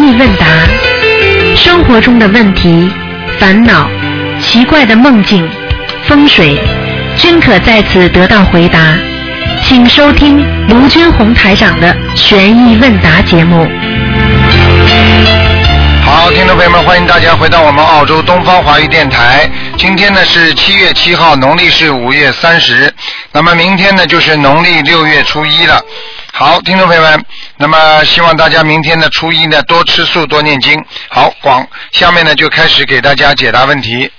意问答，生活中的问题、烦恼、奇怪的梦境、风水，均可在此得到回答。请收听卢军红台长的悬疑问答节目。 好，听众朋友们，欢迎大家回到我们澳洲东方华语电台。今天呢是7月7号，农历是5月30，那么明天呢就是农历6月初1了。好，听众朋友们，那么希望大家明天的初一呢多吃素多念经。好，下面呢就开始给大家解答问题。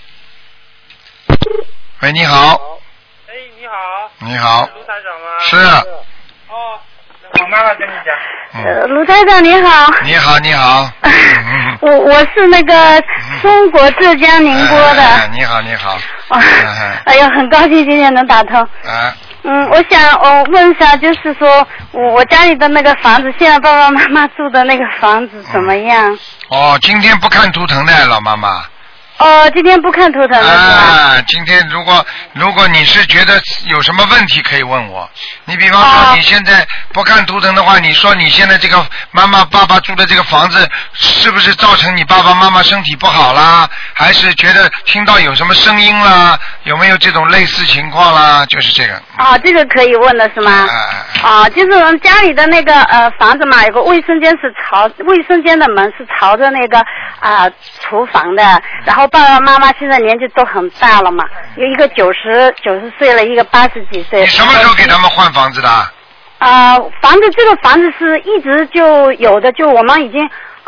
喂，你好。 哎，你好。 你好。 卢台长吗？ 是。 哦，我妈妈跟你讲。 卢台长你好。 你好，你好。 我是那个中国浙江宁波的。 你好，你好。 哎呀，很高兴今天能打通。我想问一下，就是说我家里的那个房子，现在爸爸妈妈住的那个房子怎么样？ 今天不看图腾的老妈妈。 今天不看图腾了是吧？ 今天如果你是觉得有什么问题可以问我，你比方说你现在不看图腾的话，你说你现在这个妈妈爸爸住的这个房子是不是造成你爸爸妈妈身体不好啦？还是觉得听到有什么声音啦？有没有这种类似情况啦？就是这个。 这个可以问的是吗？就是我们家里的那个房子嘛，有个卫生间卫生间的门是朝着那个厨房的，然后爸爸妈妈现在年纪都很大了嘛，有一个90岁了，一个80几岁。 你什么时候给他们换房子的？ 这个房子是一直就有的，就我们已经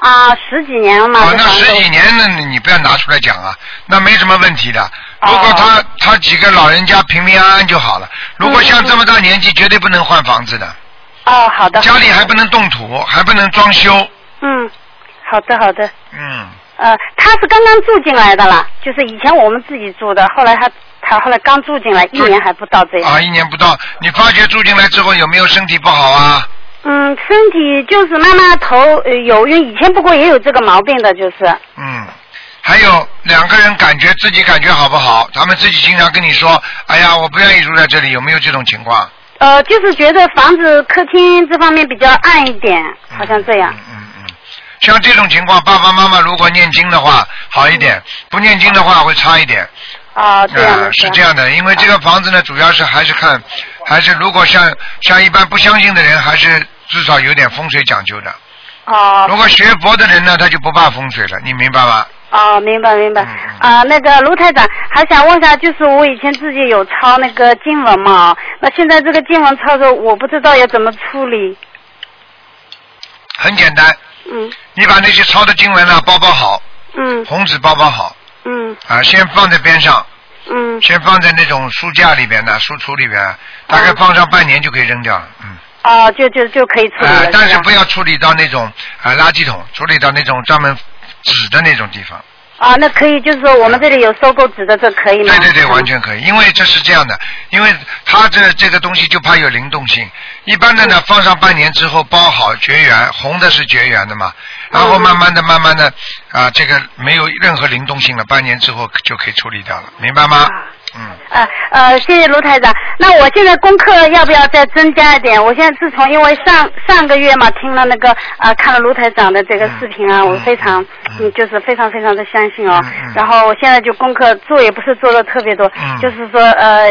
10几年了嘛。 那10几年呢，你不要拿出来讲啊，那没什么问题的。如果他几个老人家平平安安就好了。如果像这么大年纪，绝对不能换房子的。 好的。 家里还不能动土，还不能装修。 好的。他是刚刚住进来的啦，就是以前我们自己住的，后来他后来刚住进来，1年还不到这样。 1年不到，你发觉住进来之后有没有身体不好啊？ 身体就是妈妈头有，因为以前不过也有这个毛病的，就是。 还有2个人自己感觉好不好？他们自己经常跟你说，哎呀，我不愿意住在这里，有没有这种情况？ 就是觉得房子客厅这方面比较暗一点，好像这样。 像这种情况，爸爸妈妈如果念经的话好一点，不念经的话会差一点。 这样的。 是这样的，因为这个房子呢，主要是还是如果像一般不相信的人，还是至少有点风水讲究的。如果学佛的人呢，他就不怕风水了，你明白吗？ 明白。那个卢台长还想问一下，就是我以前自己有抄那个经文嘛，那现在这个经文抄着，我不知道要怎么处理。 很简单。你把那些抄的经文呢包好。红纸包好。先放在边上。先放在那种书架里边的书橱里边，大概放上半年就可以扔掉了。 就可以处理了。 但是不要处理到那种垃圾桶，处理到那种专门纸的那种地方。 那可以，就是说我们这里有收购纸的，这可以吗？ 对，完全可以，因为这是这样的，因为它这个东西就怕有灵动性。一般的呢，放上半年之后包好绝缘，红的是绝缘的嘛，然后慢慢的这个没有任何灵动性了，半年之后就可以处理掉了，明白吗？ 谢谢卢台长。那我现在功课要不要再增加一点？我现在自从因为上个月嘛，听了那个看了卢台长的这个视频我非常就是非常非常的相信然后我现在就功课做也不是做的特别多，就是说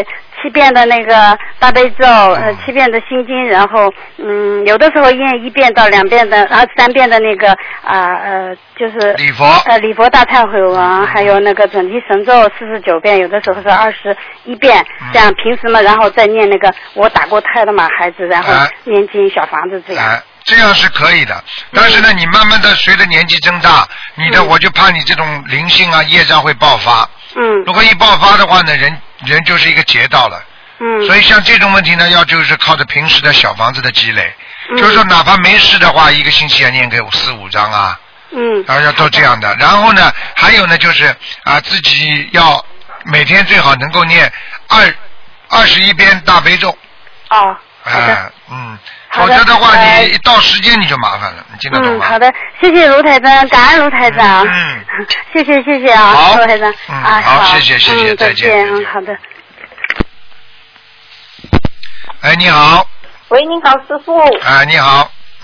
7遍的那个大悲咒，7遍的心经，然后有的时候念1遍到2遍的，然后3遍的那个就是礼佛大忏悔文，还有那个准提神咒49遍，有的时候是21遍，这样平时嘛，然后再念那个我打过胎的嘛孩子，然后念经小房子这样。 这样是可以的，但是呢，你慢慢的随着年纪增大，我就怕你这种灵性业障会爆发。如果一爆发的话呢，人就是一个劫道了。所以像这种问题呢，就是靠着平时的小房子的积累，就是说哪怕没事的话，一个星期要念个4、5章要都这样的。然后呢，还有呢就是自己要每天最好能够念21遍大悲咒。 好的。 否则的话，你一到时间你就麻烦了，你听得懂吗？ 好的，谢谢卢台长，感恩卢台长。谢谢卢台长。 好，谢谢，再见。 好的。 哎，你好。 喂，你好，师傅。 你好。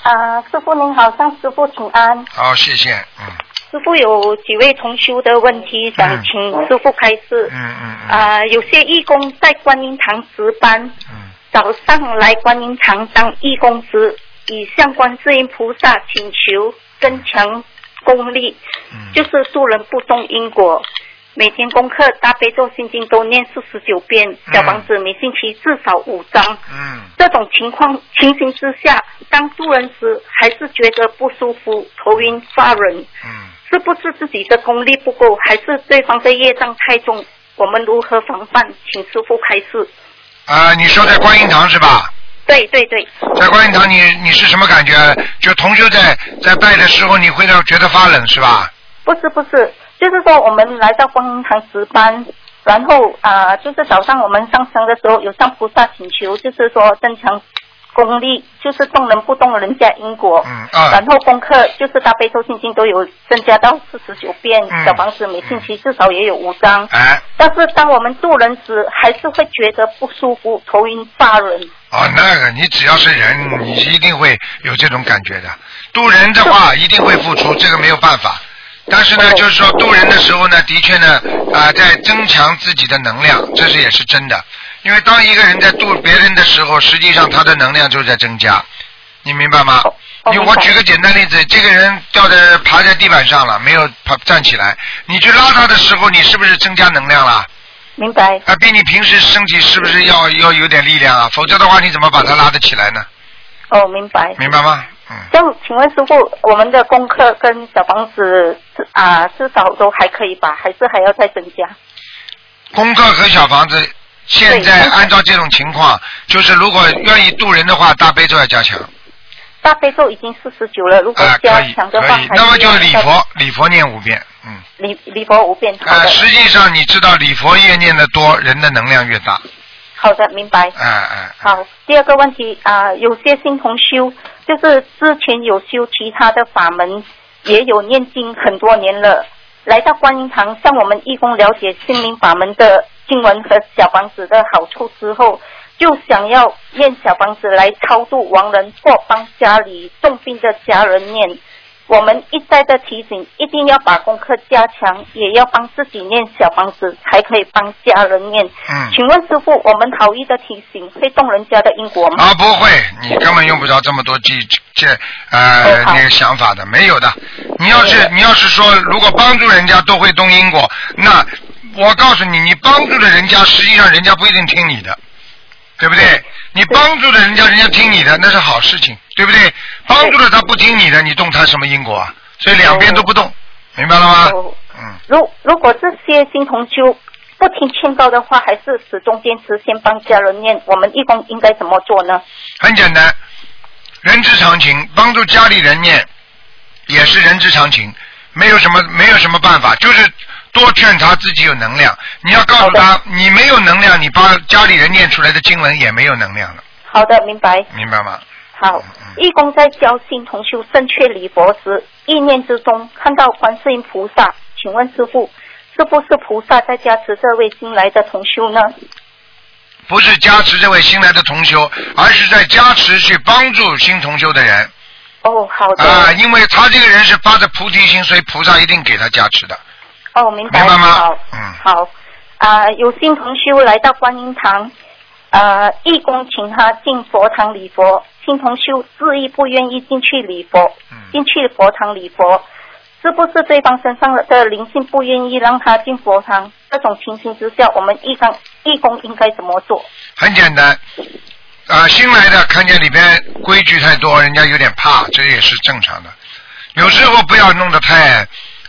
师父您好，向师父请安。 好，谢谢。 师父有几位同修的问题想请师父开示。有些义工在观音堂值班，早上来观音堂当义工时，以向观世音菩萨请求增强功力，就是助人不动因果。每天功课大悲咒心经都念49遍，小房子每星期至少5张。这种情形之下，当助人时还是觉得不舒服，头晕发冷。是不是自己的功力不够，还是对方的业障太重？我们如何防范？请师父开示。 你说在观音堂是吧？ 对对对。 在观音堂你是什么感觉？就同修在拜的时候，你会觉得发冷是吧？ 不是。就是说我们来到观音堂值班，然后就是早上我们上香的时候有向菩萨请求，就是说增强功力，就是动人不动人家因果。然后功课就是大悲咒心经都有增加到49遍，小房子每星期至少也有5张。但是当我们助人时，还是会觉得不舒服，头晕发冷。 那个你只要是人，你一定会有这种感觉的。渡人的话一定会付出，这个没有办法。但是呢，就是说渡人的时候呢，的确呢，在增强自己的能量，这是也是真的。因为当一个人在渡别人的时候，实际上他的能量就在增加，你明白吗？因为我举个简单例子，这个人爬在地板上了，没有站起来，你去拉他的时候，你是不是增加能量了？ 明白。 比你平时身体是不是要有点力量啊？否则的话，你怎么把他拉得起来呢？ 明白。 明白吗？ 请问师父，我们的功课跟小房子至少都还可以吧？还是还要再增加？ 功课和小房子现在按照这种情况，就是如果愿意渡人的话，大悲咒要加强。 大悲咒已经49了，如果加强的话， 那么就礼佛念5遍。 礼佛5遍。 实际上你知道礼佛越念得多，人的能量越大。 好的，明白。好，第二个问题有些新同修就是之前有修其他的法门，也有念经很多年了，来到观音堂向我们义工了解心灵法门的经文和小房子的好处之后，就想要念小房子来超度亡人或帮家里重病的家人念。我们一再的提醒，一定要把功课加强，也要帮自己念小房子，才可以帮家人念。请问师父，我们好意的提醒会动人家的因果吗？ 不会，你根本用不着这么多那个想法的，没有的。你要是说如果帮助人家都会动因果，那我告诉你，你帮助了人家，实际上人家不一定听你的，对不对？你帮助了人家，人家听你的，那是好事情，对不对？帮助了他不听你的，你动他什么因果啊？所以两边都不动，明白了吗？ 如果这些新同修不听劝告的话，还是始终坚持先帮家人念，我们义工应该怎么做呢？ 很简单，人之常情，帮助家里人念也是人之常情，没有什么办法，就是多劝他自己有能量。你要告诉他，你没有能量，你帮家里人念出来的经文也没有能量了。 好的，明白。 明白吗？ 好。义工在教新同修正确礼佛时，意念之中看到观世音菩萨，请问师父，是不是菩萨在加持这位新来的同修呢？ 不是加持这位新来的同修，而是在加持去帮助新同修的人。 好的。 因为他这个人是发着菩提心，所以菩萨一定给他加持的。 明白。 明白吗？ 好。有新同修来到观音堂，义工请他进佛堂礼佛，新同修执意不愿意进去礼佛，进去佛堂礼佛，是不是对方身上的灵性不愿意让他进佛堂？这种情形之下，我们义工应该怎么做？ 很简单，新来的看见里边规矩太多，人家有点怕，这也是正常的。有时候不要弄得太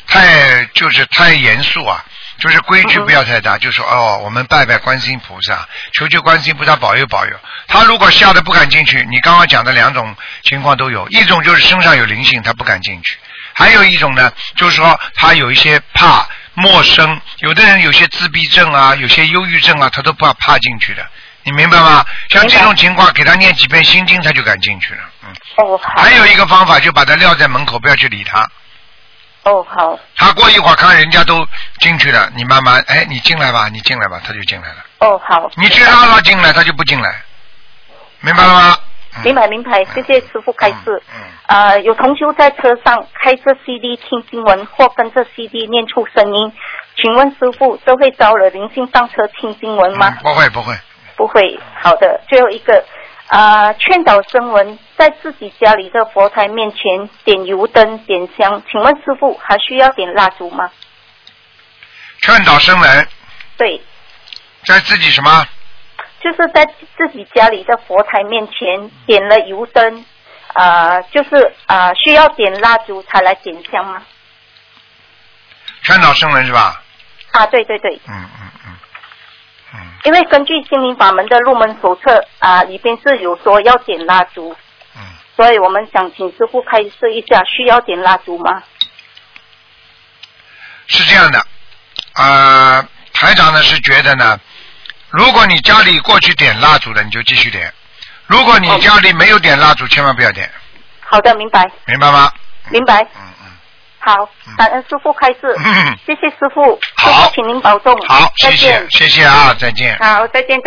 严肃啊，就是规矩不要太大，就说我们拜拜观世音菩萨，求观世音菩萨保佑保佑。他如果吓得不敢进去，你刚刚讲的两种情况都有，一种就是身上有灵性，他不敢进去；还有一种呢，就是说他有一些怕陌生，有的人有些自闭症啊，有些忧郁症啊，他都不怕进去的，你明白吗？像这种情况，给他念几遍心经，他就敢进去了。还有一个方法，就把他撂在门口，不要去理他。 好。 他过一会儿看人家都进去了，你慢慢你进来吧，他就进来了。 好。 你去拉他进来，他就不进来，明白了吗？ 明白，谢谢师父开示。有同修在车上开着 CD 听经文或跟着 CD 念出声音，请问师父，这会招惹灵性上车听经文吗？ 不会。 不会。好的，最后一个劝导声闻在自己家里的佛台面前点油灯点香，请问师父还需要点蜡烛吗？ 劝导声闻。 对。 在自己什么？ 就是在自己家里的佛台面前点了油灯，需要点蜡烛才来点香吗？ 劝导声闻是吧？ 对。因为根据心灵法门的入门手册里边是有说要点蜡烛，所以我们想请师父开示一下，需要点蜡烛吗？ 是这样的，台长呢是觉得呢，如果你家里过去点蜡烛的，你就继续点；如果你家里没有点蜡烛，千万不要点。 好的，明白。 明白吗？ 明白。好，感恩师父开示。谢谢师父。好，请您保重。 好，谢谢啊，再见。 好，再见。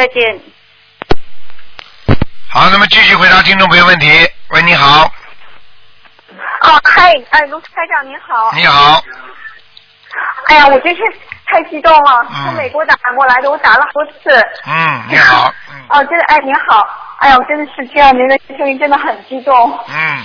好，那么继续回答听众朋友问题。喂，你好。 嗨，卢台长您好。 你好。 哎呀，我真是太激动了，从美国打过来的，我打了好多次。 你好。 真的，您好。哎呀，我真的是听到您的声音，真的很激动。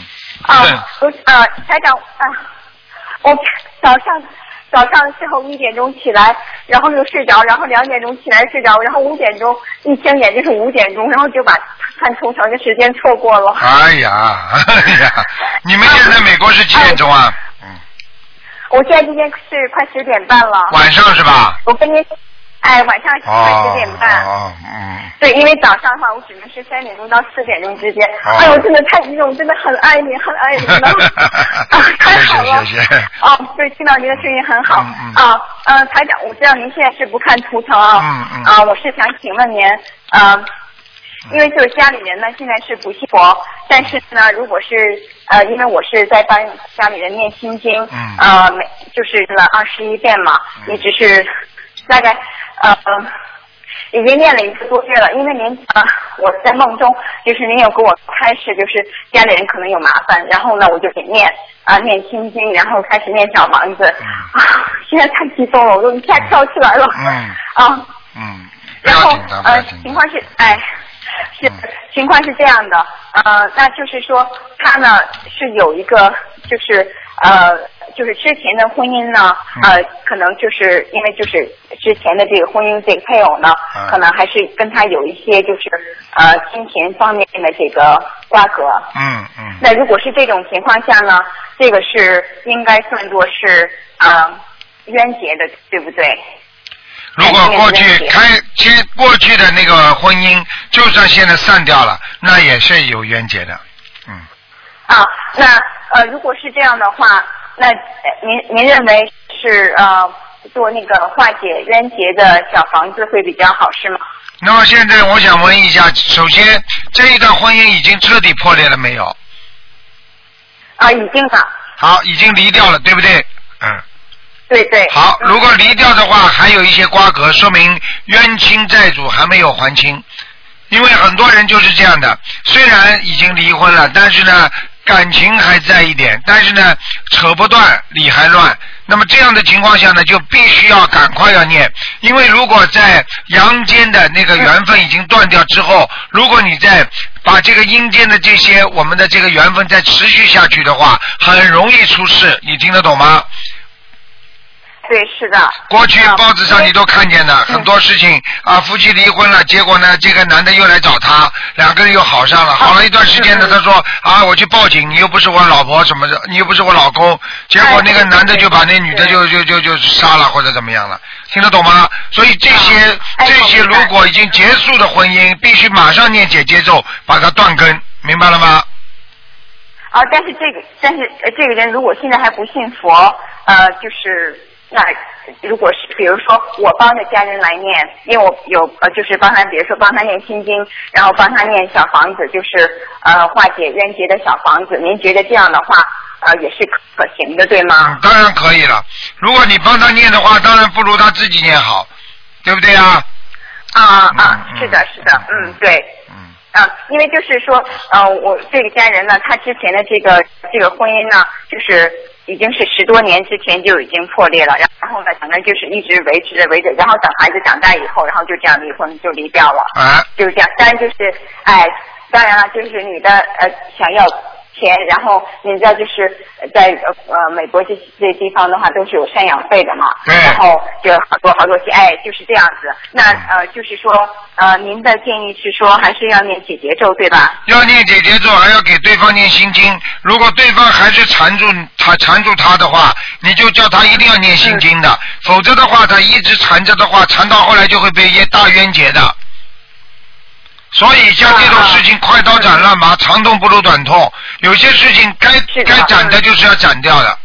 台长我早上的时候1点钟起来，然后又睡着，然后2点钟起来睡着，然后5点钟一睁眼就是5点钟，然后就把看图腾的时间错过了。 哎呀，你们现在美国是几点钟啊？ 我现在今天是快10点半了。 晚上是吧？ 我跟您。晚上快10点半。对，因为早上的话，我只能是3点钟到4点钟之间。我真的太激动，真的很爱你了。太好了。 谢谢。 对，听到您的声音很好。台长，我知道您现在是不看图腾我是想请问您，因为就是家里人呢现在是不信佛，但是呢，如果是因为我是在帮家里人念心经，就是了21遍嘛，也只是大概已经念了1个多月了。因为您我在梦中就是您有给我开示，就是家里人可能有麻烦，然后呢我就给念心经，然后开始念小房子。现在太激动了，我都一下跳起来了。然后情况是情况是这样的，那就是说他呢是有一个就是之前的婚姻呢，可能就是因为就是之前的这个婚姻这个配偶呢，可能还是跟他有一些就是金钱方面的这个瓜葛。那如果是这种情况下呢，这个是应该算作是冤结的，对不对？ 如果过去的那个婚姻，就算现在散掉了，那也是有冤结的。 那如果是这样的话，那您认为是做那个化解冤结的小房子会比较好，是吗？ 那么现在我想问一下，首先这一段婚姻已经彻底破裂了没有？ 已经了。 好，已经离掉了，对不对？ 对。 好，如果离掉的话，还有一些瓜葛，说明冤亲债主还没有还清。因为很多人就是这样的，虽然已经离婚了，但是呢感情还在一点，但是呢扯不断理还乱。那么这样的情况下呢，就必须要赶快要念，因为如果在阳间的那个缘分已经断掉之后，如果你再把这个阴间的这些我们的这个缘分再持续下去的话，很容易出事，你听得懂吗？ 对，是的。 过去报纸上你都看见的很多事情夫妻离婚了，结果呢这个男的又来找他，两个人又好上了，好了一段时间呢，他说我去报警，你又不是我老婆什么的，你又不是我老公，结果那个男的就把那女的就杀了或者怎么样了，听得懂吗？所以这些如果已经结束的婚姻，必须马上念解结咒把它断根，明白了吗？ 但是这个人如果现在还不信佛，就是那如果是比如说我帮着家人来念，因为我有就是帮他，比如说帮他念心经，然后帮他念小房子，就是化解冤结的小房子，您觉得这样的话也是可行的，对吗？ 当然可以了。如果你帮他念的话，当然不如他自己念好，对不对啊？ 是的，对。 因为就是说，我这个家人呢，他之前的这个婚姻呢，就是已经是10多年之前就已经破裂了，然后呢，反正就是一直维持着，然后等孩子长大以后，然后就这样离婚就离掉了，就是这样。当然就是，当然了，就是女的想要钱，然后你知道就是在美国这地方的话都是有赡养费的嘛，然后就好多钱，就是这样子。那就是说您的建议是说还是要念解结咒对吧？ 要念解结咒，还要给对方念心经。如果对方还是缠住他的话，你就叫他一定要念心经的，否则的话他一直缠着的话，缠到后来就会被大冤结的。所以像这种事情快刀斩乱麻，长痛不如短痛，有些事情该斩的就是要斩掉的。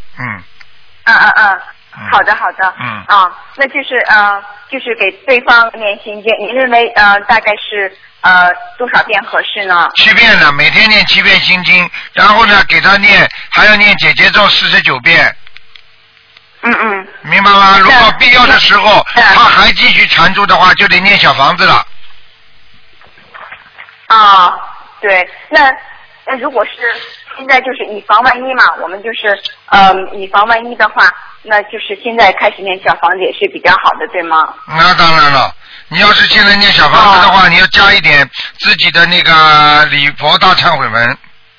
好的，那就是给对方念心经，你认为大概是多少遍合适呢？7 遍呢，每天念7遍心经，然后呢给他念，还要念解结咒49遍。明白吗？如果必要的时候他还继续缠住的话，就得念小房子了。 对，那如果是现在就是以防万一嘛，我们就是以防万一的话，那就是现在开始念小房子也是比较好的，对吗？ 那当然了，你要是现在念小房子的话，你要加一点自己的那个礼佛大忏悔文。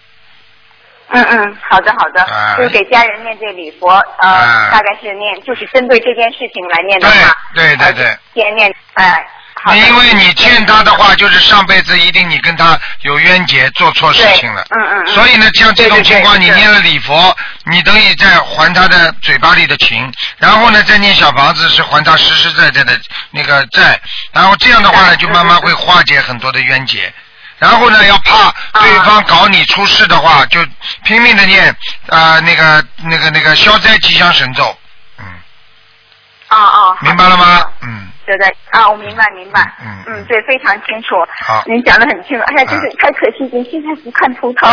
好的，就是给家人念这礼佛，大概是念，就是针对这件事情来念的话， 对， 先念， 因为你欠他的话，就是上辈子一定你跟他有冤结，做错事情了。所以呢，像这种情况，你念了礼佛，你等于在还他的嘴巴里的情，然后呢，再念小房子是还他实实在在的那个债，然后这样的话呢，就慢慢会化解很多的冤结。然后呢，要怕对方搞你出事的话，就拼命的念那个消灾吉祥神咒。明白了吗？ 对，我明白。对，非常清楚。好，您讲得很清楚。就是太可惜，您现在不看图腾。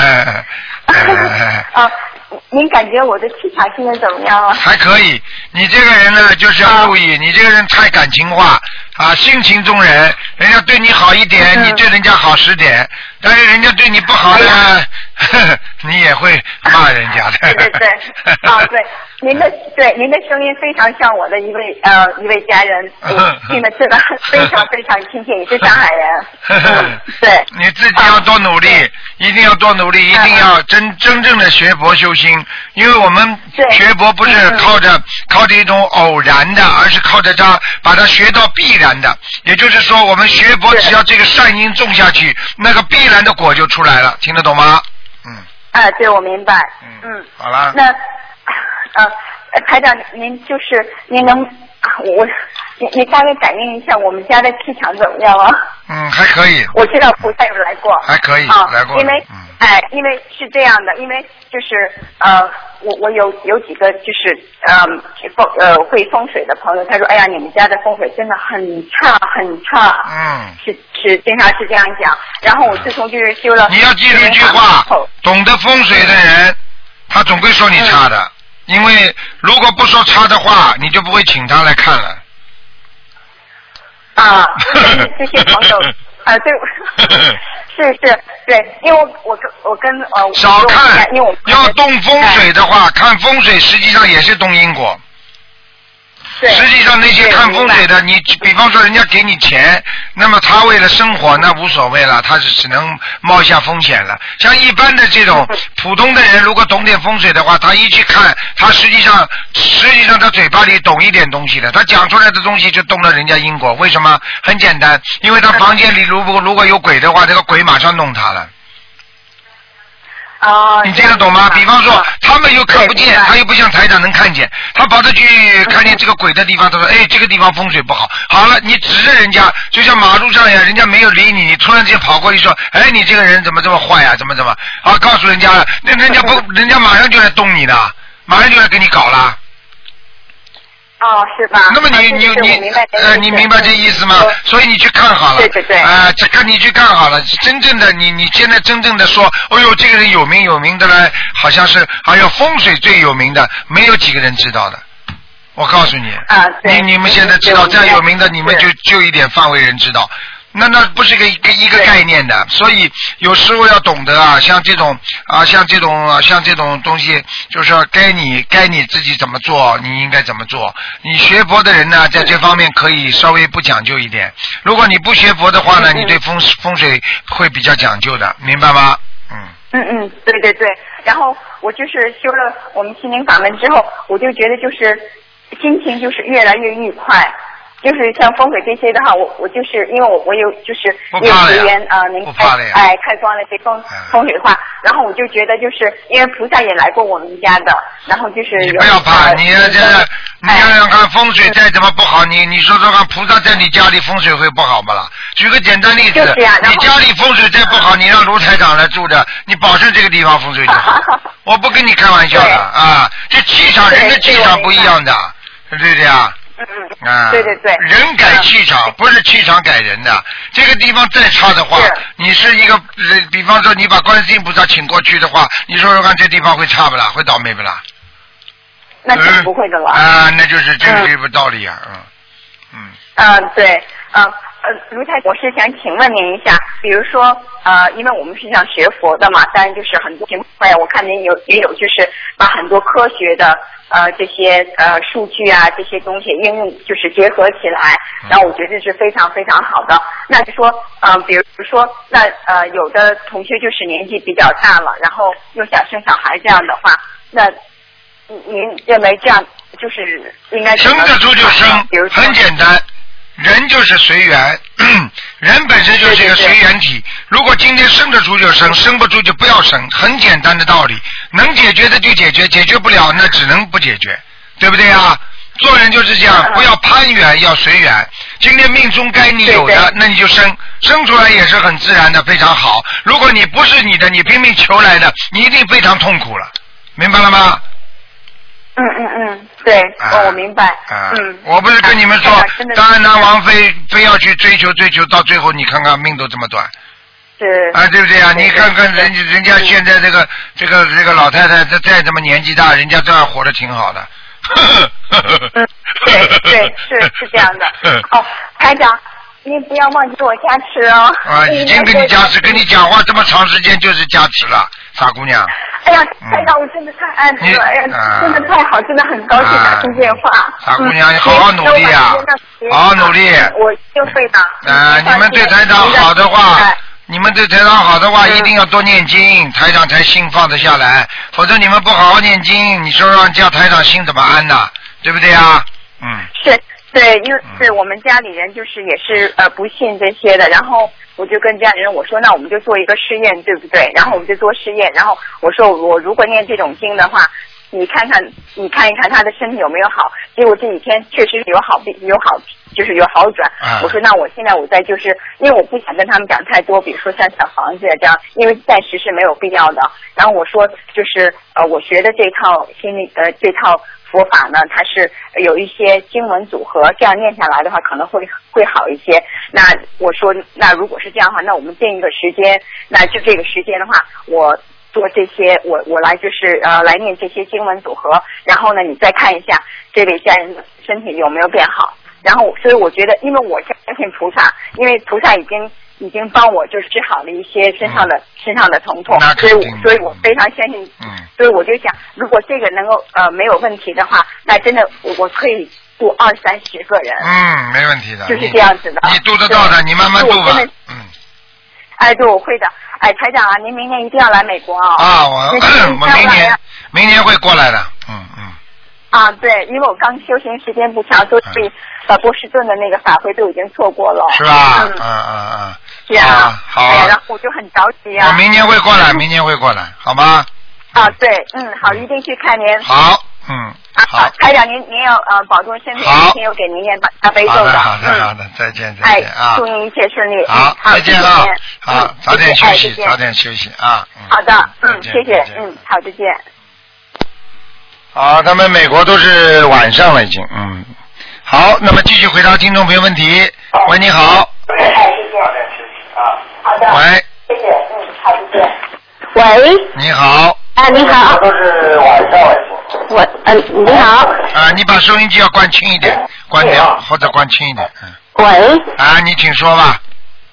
您感觉我的气场现在怎么样了？ 还可以。你这个人呢，就是要注意，你这个人太感情化性情中人，人家对你好一点，你对人家好10点，但是人家对你不好呢，你也会骂人家的。 对，您的声音非常像我的一位家人，听得真的非常非常亲切，你是上海人。对， 你自己要多努力，一定要多努力，一定要真正的学佛修心，因为我们学佛不是靠着一种偶然的，而是靠着把它学到必然的。也就是说，我们学佛只要这个善因种下去，那个必然的果就出来了，听得懂吗？ 对，我明白。 好了。 那台长，您能你大概感应一下我们家的气场怎么样啊？ 还可以。 我知道菩萨有来过。 还可以，来过。 因为是这样的，因为就是我有几个就是会风水的朋友，他说哎呀你们家的风水真的很差。是经常是这样讲。然后我自从就是修了。 你要记住一句话，懂得风水的人，他总归说你差的。因为如果不说差的话，你就不会请他来看了。 这些朋友对，对，因为我跟少看，要动风水的话，看风水实际上也是动因果。实际上那些看风水的，你比方说人家给你钱，那么他为了生活那无所谓了，他是只能冒下风险了。像一般的这种普通的人，如果懂点风水的话，他一去看，他实际上他嘴巴里懂一点东西的，他讲出来的东西就动了人家因果。为什么？很简单，因为他房间里如果有鬼的话，这个鬼马上弄他了。你听得懂吗？比方说他们又看不见，他又不像台长能看见，他跑着去看见这个鬼的地方，他说哎这个地方风水不好，好了你指着人家，就像马路上呀，人家没有理你，你突然之间跑过去说哎你这个人怎么这么坏呀，怎么告诉人家了，那人家马上就来动你的，马上就来给你搞了。 是吧？ 那么你明白这意思吗？所以你去看好了。 对。 你去看好了，真正的你现在真正的说，哎呦，这个人有名的呢，好像是风水最有名的，没有几个人知道的。我告诉你，你们现在知道这样有名的，你们就一点范围人知道。 那不是一个概念的，所以有时候要懂得啊，像这种东西，就是说该你自己怎么做，你应该怎么做。你学佛的人呢，在这方面可以稍微不讲究一点。如果你不学佛的话呢，你对风水会比较讲究的，明白吗？ 对对对。然后我就是修了我们心灵法门之后，我就觉得就是心情就是越来越愉快。就是像风水这些的话，我就是因为我有就是有学员能开光了这风水画，然后我就觉得就是因为菩萨也来过我们家的，然后就是你不要怕，你想想看，风水再怎么不好，你说说看，菩萨在你家里风水会不好吗啦？举个简单例子， 就是你家里风水再不好，你让卢台长来住着，你保证这个地方风水就好。我不跟你开玩笑的啊，这气场人的气场不一样的，对不对啊？ 对对对， 人改气场，不是气场改人的。这个地方再差的话，你是一个，比方说你把观世音菩萨请过去的话，你说说看，这地方会差不啦？会倒霉不啦？ 那是不会的了。 那就是这个道理啊， 对，卢台，我是想请问您一下，比如说因为我们是想学佛的嘛，当然就是很多情况，我看您也有就是把很多科学的这些数据啊这些东西应用就是结合起来，然后我觉得是非常非常好的。那就说比如说那有的同学就是年纪比较大了，然后又想生小孩这样的话，那您认为这样就是应该生得出就生，很简单。人就是随缘，人本身就是一个随缘体。如果今天生得出就生，生不出就不要生，很简单的道理。能解决的就解决，解决不了那只能不解决，对不对啊？做人就是这样，不要攀缘，要随缘。今天命中该你有的，那你就生出来也是很自然的，非常好。如果你不是你的，你拼命求来的，你一定非常痛苦了，明白了吗？ 对，我明白。 我不是跟你们说，当然拿王妃非要去追求，到最后你看看命都这么短。 是。 对不对啊？你看看人家现在这个老太太，再这么年纪大，人家照样活得挺好的。 对，是这样的。台长，您不要忘记我加持哦。 已经跟你加持，跟你讲话这么长时间就是加持了，傻姑娘。 哎呀，台长，我真的太爱你了，哎呀，真的太好，真的很高兴打通电话。 傻姑娘，你好好努力啊，好好努力。 我就会的。 你们对台长好的话，一定要多念经，台长才心放得下来。否则你们不好好念经，你说让叫台长心怎么安呢？对不对啊？ 是。对，因为是我们家里人就是也是不信这些的，然后我就跟家里人我说，那我们就做一个试验，对不对？然后我们就做试验，然后我说我如果念这种经的话，你看一看他的身体有没有好。结果这几天确实有好就是有好转。我说那我现在我再就是因为我不想跟他们讲太多，比如说像小房子这样，因为暂时是没有必要的。然后我说就是我学的这套这套佛法呢，它是有一些经文组合，这样念下来的话可能会好一些。那我说那如果是这样的话，那我们定一个时间，那就这个时间的话我做这些我来就是来念这些经文组合，然后呢你再看一下这位家人的身体有没有变好。然后所以我觉得因为我相信菩萨，因为菩萨已经帮我就是治好了一些身上的疼痛，所以我非常相信。所以我就想如果这个能够没有问题的话，那真的我可以度20-30个人。 没问题的， 就是这样子的。 你度得到的，你慢慢度吧。 对，我会的。台长啊，您明年一定要来美国啊！ 我明年会过来的。 对，因为我刚修行时间不长，所以波士顿的那个法会都已经错过了。 是吧？ 是啊。 好。 然后我就很着急啊。 我明年会过来，好吗？ 对，好，一定去看您。 好，好。 台长，您要保重身体，明天又给您念大悲咒的。 好的，再见啊！ 祝您一切顺利。 好，再见啊！好，早点休息啊！ 好的，谢谢，好，再见。 好，他们美国都是晚上了已经，好，那么继续回答听众朋友问题。喂，你好。 好的。 喂。 谢谢，好，再见。喂。 你好。 你好。 都是晚上了已经。 你好。 你把收音机要关轻一点，关掉或者关轻一点。 喂。 你请说吧。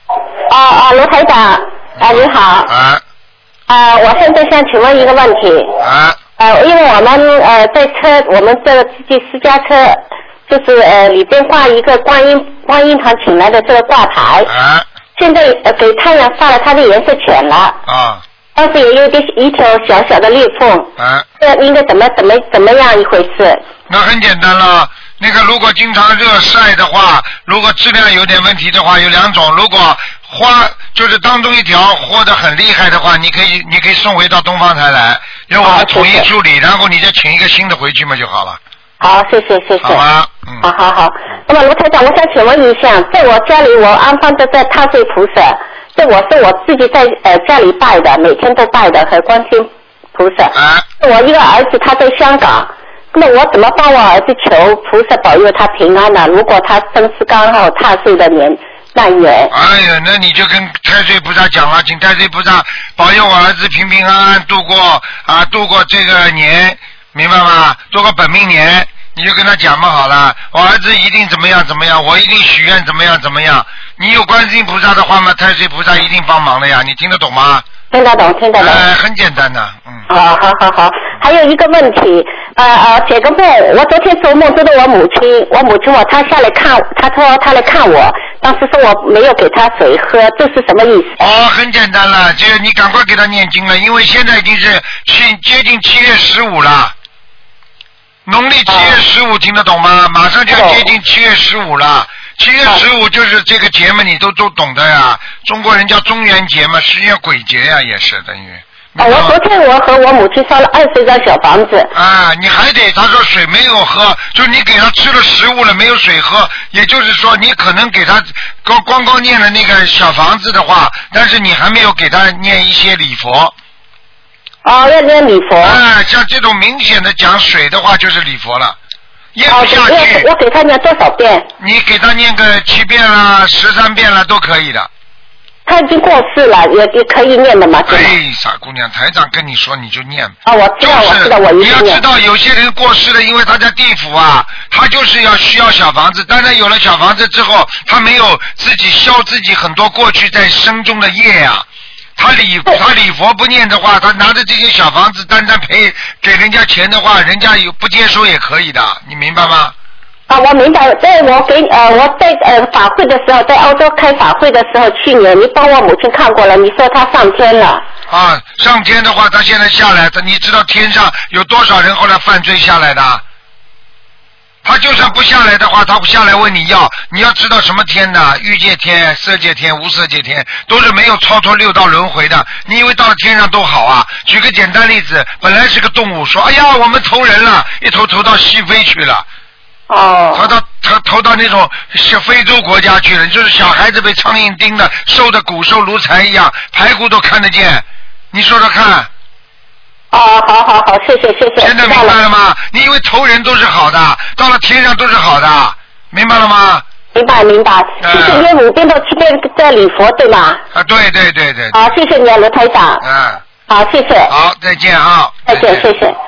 卢台长你好。我现在想请问一个问题。因为我们在车，我们这个自己私家车，就是里边挂一个观音堂请来的这个挂牌。现在给太阳发了，它的颜色浅了。但是也有一条小小的裂缝。这应该怎么样一回事？ 那很简单了。那个如果经常热晒的话，如果质量有点问题的话，有2种。如果就是当中一条豁得很厉害的话，你可以送回到东方台来，由我们统一处理，然后你再请一个新的回去嘛就好了。 好，谢谢。好吧， 好。那么卢台长，我想请问一下，在我家里我安放的太岁菩萨，这我是我自己在家里拜的，每天都拜的，和观世音菩萨。我一个儿子他在香港。那我怎么帮我儿子求菩萨保佑他平安呢？如果他生是刚好太岁的那一年。 哎呀，那你就跟太岁菩萨讲了，请太岁菩萨保佑我儿子平平安安度过这个年，明白吗？度过本命年，你就跟他讲嘛好了，我儿子一定怎么样，我一定许愿怎么样。你有观世音菩萨的话嘛，太岁菩萨一定帮忙的呀，你听得懂吗？ 听得懂。 很简单的。 好。还有一个问题，解个梦。我昨天做梦做到我母亲她下来看，她说她来看我，当时说我没有给她水喝，这是什么意思？ 很简单了，就是你赶快给她念经了，因为现在已经是接近7月15了，农历7月15，听得懂吗？马上就要接近7月15了。7月15就是这个节嘛，你都懂的呀。中国人叫中元节嘛，实际上鬼节呀，也是等于。 我昨天我和我母亲烧了20张小房子。 你还得，他说水没有喝，就你给他吃了食物了，没有水喝，也就是说你可能给他光念了那个小房子的话，但是你还没有给他念一些礼佛。 要念礼佛。 像这种明显的讲水的话，就是礼佛了。念不下去。 我给他念多少遍？ 你给他念个7遍啦、13遍啦都可以的。 他已经过世了，也可以念的嘛。 傻姑娘，台长跟你说你就念。 我知道，我你要知道，有些人过世了，因为他在地府他就是需要小房子，但是有了小房子之后，他没有自己消自己很多过去在生中的业他礼佛不念的话，他拿着这些小房子单赔给人家钱的话，人家不接收也可以的，你明白吗？ 我明白。我在法会的时候，在澳洲开法会的时候，去年你帮我母亲看过了，你说她上天了。 上天的话，她现在下来，你知道天上有多少人后来犯罪下来的？他就算不下来的话，他不下来问你要知道什么天的，欲界天、色界天、无色界天，都是没有超脱6道轮回的。你以为到了天上都好啊？举个简单例子，本来是个动物，说哎呀我们投人了，一投到西非去了。投到那种非洲国家去了，就是小孩子被苍蝇叮的，瘦的骨瘦如柴一样，排骨都看得见，你说说看。 好，谢谢。 现在明白了吗？你以为投人都是好的，到了天上都是好的，明白了吗？ 明白。谢谢你5遍到7遍在礼佛，对吗？ 对。 好，谢谢你卢台长。好，谢谢。 好，再见再见，谢谢。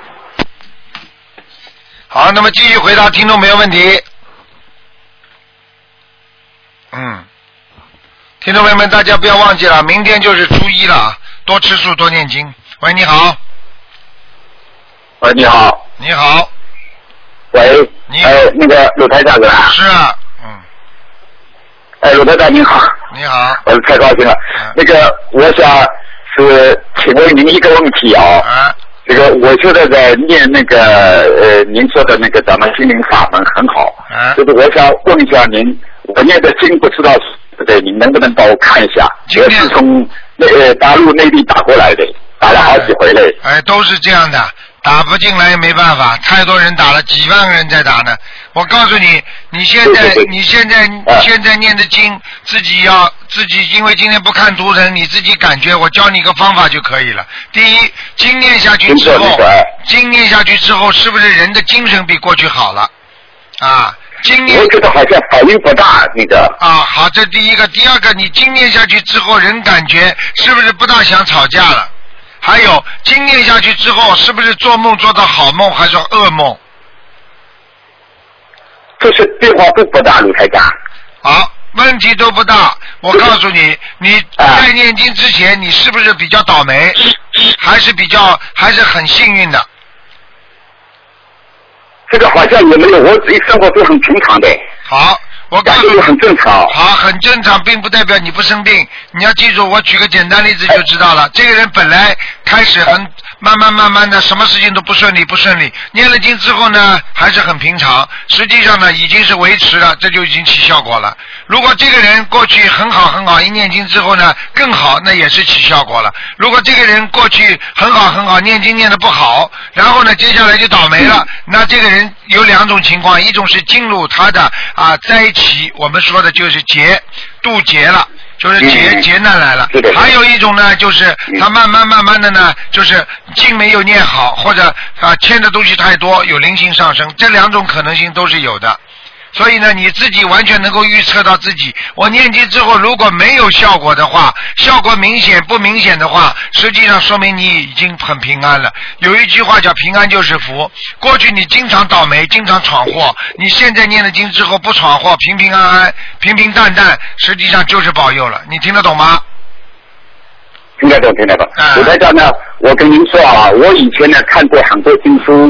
好，那么继续回答听众没有问题。听众朋友们，大家不要忘记了，明天就是初1了，多吃素，多念经。喂，你好。 喂，你好。 你好。 喂。那个鲁台长是吧？ 是啊。 鲁台长您好。 你好。 我是太高兴了。那个，我想是请问您一个问题这个我现在在念那个您说的那个咱们心灵法门很好，就是我想问一下您，我念的经不知道对，您能不能帮我看一下？我是从大陆内地打过来的，打了好几回了。 都是这样的，打不进来也没办法，太多人打了，几万个人在打呢。我告诉你，你现在念的经，自己因为今天不看图腾，你自己感觉，我教你一个方法就可以了。第一，经念下去之后，是不是人的精神比过去好了？我觉得好像反应不大那个。 好，这第一个。第二个，你经念下去之后，人感觉是不是不大想吵架了？还有，经念下去之后，是不是做梦做到好梦还是噩梦？ 就是变化不大，卢台长。 好， 问题都不大。我告诉你，你在念经之前，你是不是比较倒霉，还是很幸运的？ 这个好像也没有，我自己生活都很平常的。 好，我告诉你很正常。 好，很正常，并不代表你不生病。你要记住，我举个简单例子就知道了。这个人本来开始很慢慢的，什么事情都不顺利，念了经之后呢，还是很平常。实际上呢，已经是维持了，这就已经起效果了。如果这个人过去很好，一念经之后呢更好，那也是起效果了。如果这个人过去很好，念经念得不好，然后呢接下来就倒霉了，那这个人有两种情况，一种是进入他的灾期，我们说的就是渡劫了。就是劫难来了，还有一种呢，就是他慢慢的呢，就是经没有念好，或者欠的东西太多，有灵性上升，这两种可能性都是有的。所以呢，你自己完全能够预测到自己，我念经之后如果没有效果的话，效果明显不明显的话，实际上说明你已经很平安了。有一句话叫平安就是福，过去你经常倒霉，经常闯祸，你现在念了经之后不闯祸，平平安安，平平淡淡，实际上就是保佑了。你听得懂吗？ 听得懂。我在这呢，我跟您说啊，我以前呢看过很多经书，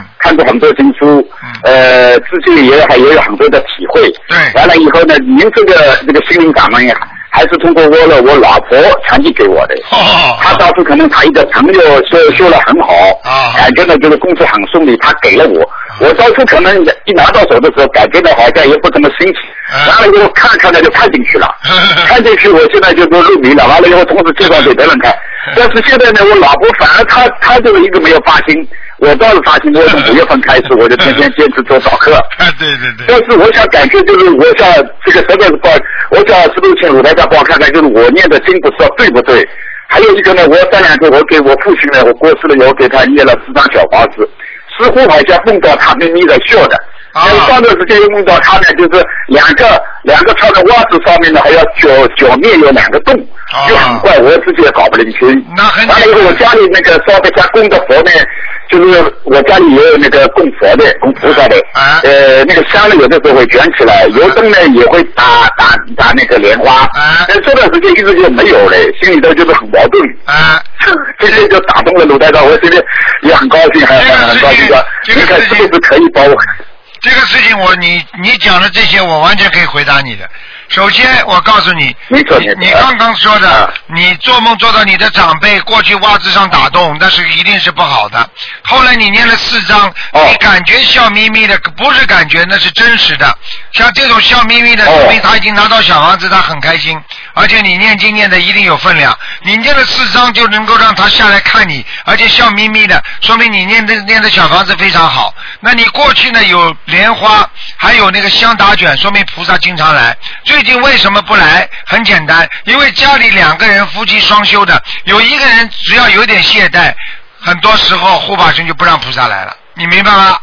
自己也有很多的体会。 对。 完了以后呢，您这个心灵法门还是通过我老婆传递给我的。他当时可能他一个朋友修了很好，感觉呢这个工作很顺利，他给了我。我当初可能一拿到手的时候，感觉到好像也不怎么新奇。完了以后看呢就看进去了，看进去我现在就都入迷了。完了以后同时介绍给别人看，但是现在呢，我老婆反而她就是一个没有发心。我倒是发现，我从5月份开始，我就天天坚持做早课。 对。 但是我想感觉就是我想这个实在是我想是不是请鲁台长帮我看看，就是我念的经不知道对不对？还有一个呢，我3两天我给我父亲呢，我过世了以后给他念了4张小房子，似乎好像梦到他咪咪的笑的。上段时间又梦到他呢，就是两个穿的袜子上面呢，还要脚面有2个洞，就很怪，我自己也搞不清楚。完了以后，我家里那个烧的家供的佛呢，就是我家里也有那个供佛的、供菩萨的，那个香呢有的时候会卷起来，油灯呢也会打那个莲花，但这段时间一直就没有了，心里头就是很矛盾。今天就打动了鲁台长，我今天也很高兴，很高兴的。你看是不是可以帮我？ 这个事情你讲的这些我完全可以回答你的。首先我告诉你，你刚刚说的，你做梦做到你的长辈过去袜子上打洞，那是一定是不好的。后来你念了4章，你感觉笑眯眯的，不是感觉，那是真实的。像这种笑眯眯的，说明他已经拿到小房子，他很开心，而且你念经念的一定有分量。你念了4章就能够让他下来看你，而且笑眯眯的，说明你念的小房子非常好。那你过去呢有莲花，还有那个香打卷，说明菩萨经常来。最近为什么不来？很简单，因为家里2个人夫妻双修的，有一个人只要有点懈怠，很多时候护法神就不让菩萨来了，你明白吗？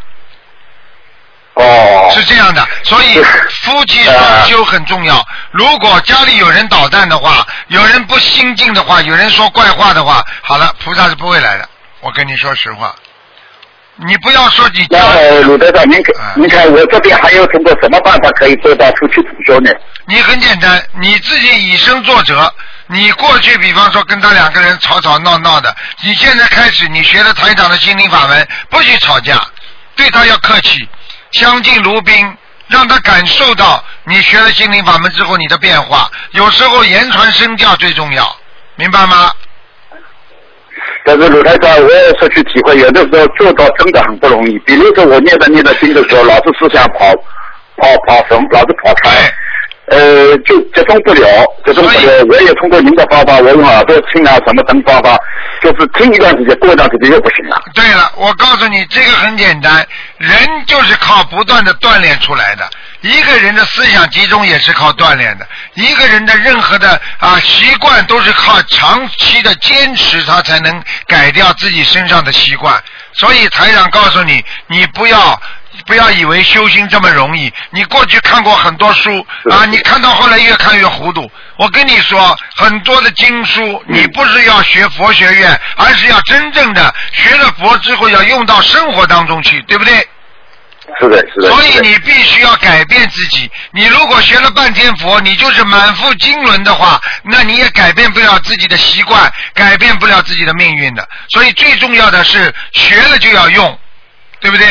是这样的，所以夫妻双修很重要。如果家里有人捣蛋的话，有人不心静的话，有人说怪话的话，好了，菩萨是不会来的。我跟你说实话。你不要说你。 鲁队长，您看我这边还有通过什么办法可以做到出去同修呢？ 你很简单，你自己以身作则。你过去比方说跟他2个人吵吵闹闹的，你现在开始你学了台长的心灵法门，不许吵架，对他要客气，相敬如宾，让他感受到你学了心灵法门之后你的变化。有时候言传身教最重要，明白吗？ 但是鲁台长，我也说去体会，有的时候做到真的很不容易。比如说我念的经的时候，老是思想跑神，老是跑开，就集中不了。我也通过您的方法，我用耳朵听啊，什么等方法，就是听一段时间，过一段时间又不行了。 对了，我告诉你，这个很简单，人就是靠不断的锻炼出来的。一个人的思想集中也是靠锻炼的，一个人的任何的习惯都是靠长期的坚持，他才能改掉自己身上的习惯。所以台长告诉你，你不要以为修心这么容易。你过去看过很多书你看到后来越看越糊涂。我跟你说，很多的经书，你不是要学佛学院，而是要真正的学了佛之后要用到生活当中去，对不对？ 是的，是的。 所以你必须要改变自己。你如果学了半天佛，你就是满腹经纶的话，那你也改变不了自己的习惯，改变不了自己的命运的。所以最重要的是学了就要用，对不对？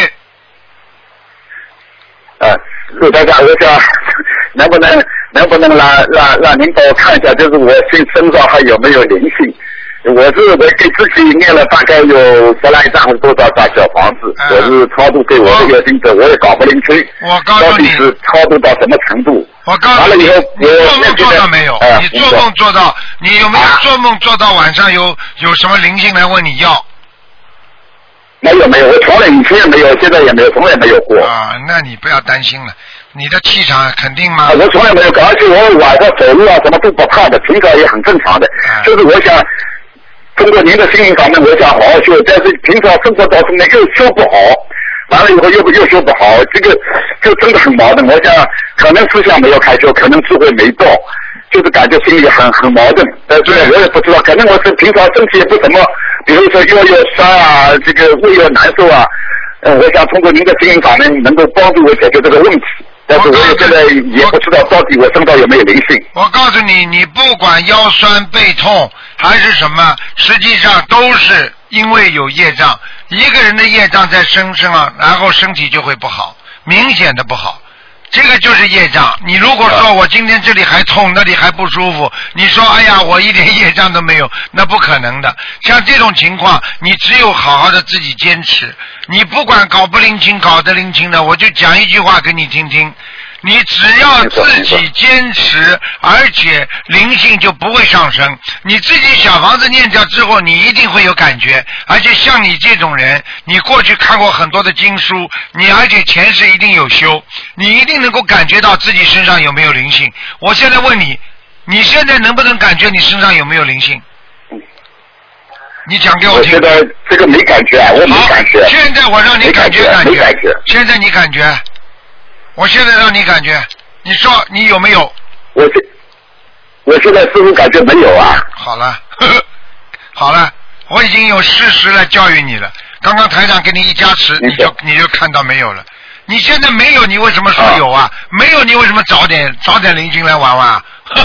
陆台长，我想能不能让您帮我看一下，就是我身上还有没有灵性？我给自己念了大概有10来张或多少张小房子，我是超度给我这个经者，我也搞不清楚，到底是超度到什么程度？ 我告诉你，你做梦做到没有？你做梦做到，你有没有做梦做到晚上有什么灵性来问你要？ 没有，我从来以前也没有，现在也没有，从来没有过。 啊，那你不要担心了，你的气场肯定吗？ 我从来没有，而且我晚上走路啊什么都不怕的，平常也很正常的。就是我想通过您的心灵法门，我想好好修，但是平常生活当中呢又修不好，完了以后又修不好，这个就真的很矛盾。我想可能思想没有开修，可能智慧没到，就是感觉心里很矛盾。但是我也不知道，可能我是平常身体也不怎么。比如说腰有酸啊，这个胃有难受啊，我想通过您的心灵法门能够帮助我解决这个问题，但是我现在也不知道到底我身上有没有灵性。 我告诉你，你不管腰酸背痛还是什么，实际上都是因为有业障。一个人的业障在身上，然后身体就会不好，明显的不好。这个就是业障。你如果说我今天这里还痛，那里还不舒服，你说哎呀我一点业障都没有，那不可能的。像这种情况，你只有好好的自己坚持。你不管搞不灵清搞得灵清的，我就讲一句话给你听听。你只要自己坚持，而且灵性就不会上升。你自己小房子念掉之后，你一定会有感觉。而且像你这种人，你过去看过很多的经书，你而且前世一定有修，你一定能够感觉到自己身上有没有灵性。我现在问你，你现在能不能感觉你身上有没有灵性？你讲给我听。 我觉得这个没感觉啊，我没感觉。 现在我让你感觉。现在你感觉。我现在让你感觉，你说你有没有？ 我现在似乎感觉没有啊。 好了，好了，我已经有事实来教育你了。刚刚台长给你一加持，你就看到没有了。你现在没有，你为什么说有啊？没有，你为什么找点灵性来玩玩？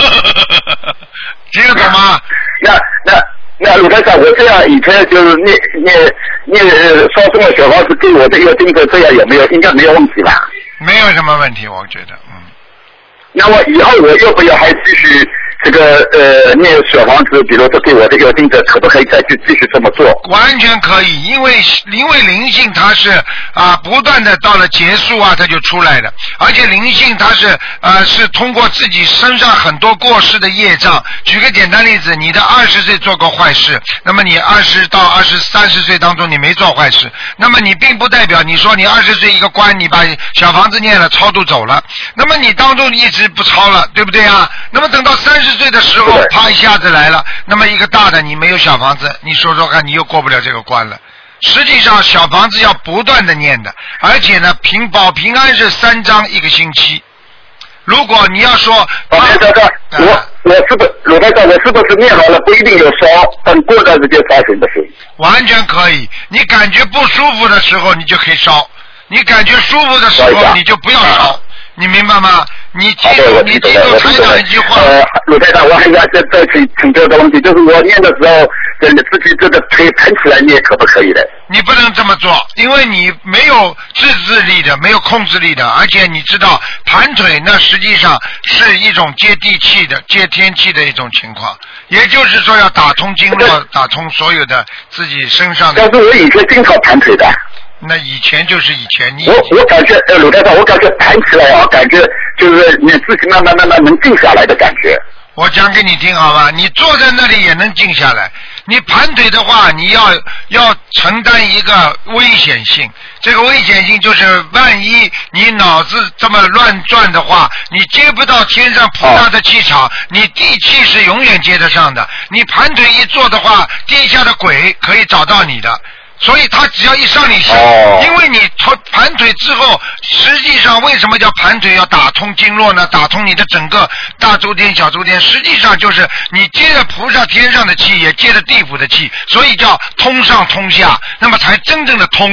听得懂吗？ 那鲁台长，我这样以前就是念烧送的小房子给我这个经者，这样有没有？应该没有问题吧？ 没有什么问题，我觉得， 那么以后我要不要还继续这个念小房子？比如说给我这个经者，可不可以再去继续这么做？ 完全可以，因为灵性它是不断的到了结束啊，它就出来的，而且灵性它是通过自己身上很多过世的业障。举个简单例子，你的20岁做过坏事，那么你20到30岁当中你没做坏事，那么你并不代表你说你20岁一个关，你把小房子念了超度走了，那么你当中一直不超了，对不对啊？那么等到30岁的时候，啪一下子来了，那么一个大的你没有小房子，你说说看，你又过不了这个关了。实际上小房子要不断的念的，而且呢保平安是3张一个星期。如果你要说我是不是鲁台长，我是不是念好了不一定有烧，等过段时间烧行不行？ 完全可以，你感觉不舒服的时候你就可以烧，你感觉舒服的时候你就不要烧，你明白吗？你记住台长一句话。 鲁台长，我还要再请教个问题，就是我念的时候，自己这个腿盘起来念可不可以的？ 你不能这么做，因为你没有自制力的，没有控制力的，而且你知道盘腿那实际上是一种接地气的、接天气的一种情况，也就是说要打通经络，打通所有的自己身上的。 但是我以前经常盘腿的。 那以前就是以前， 我感觉鲁台长，我感觉盘起来啊，感觉就是你自己慢慢能静下来的感觉。 我讲给你听好吧，你坐在那里也能静下来。你盘腿的话，你要承担一个危险性。这个危险性就是，万一你脑子这么乱转的话，你接不到天上菩萨的气场，你地气是永远接得上的。你盘腿一坐的话，地下的鬼可以找到你的。所以他只要一上你身，因为你盘腿之后，实际上为什么叫盘腿要打通经络呢？打通你的整个大周天小周天，实际上就是你接着菩萨天上的气，也接着地府的气，所以叫通上通下，那么才真正的通。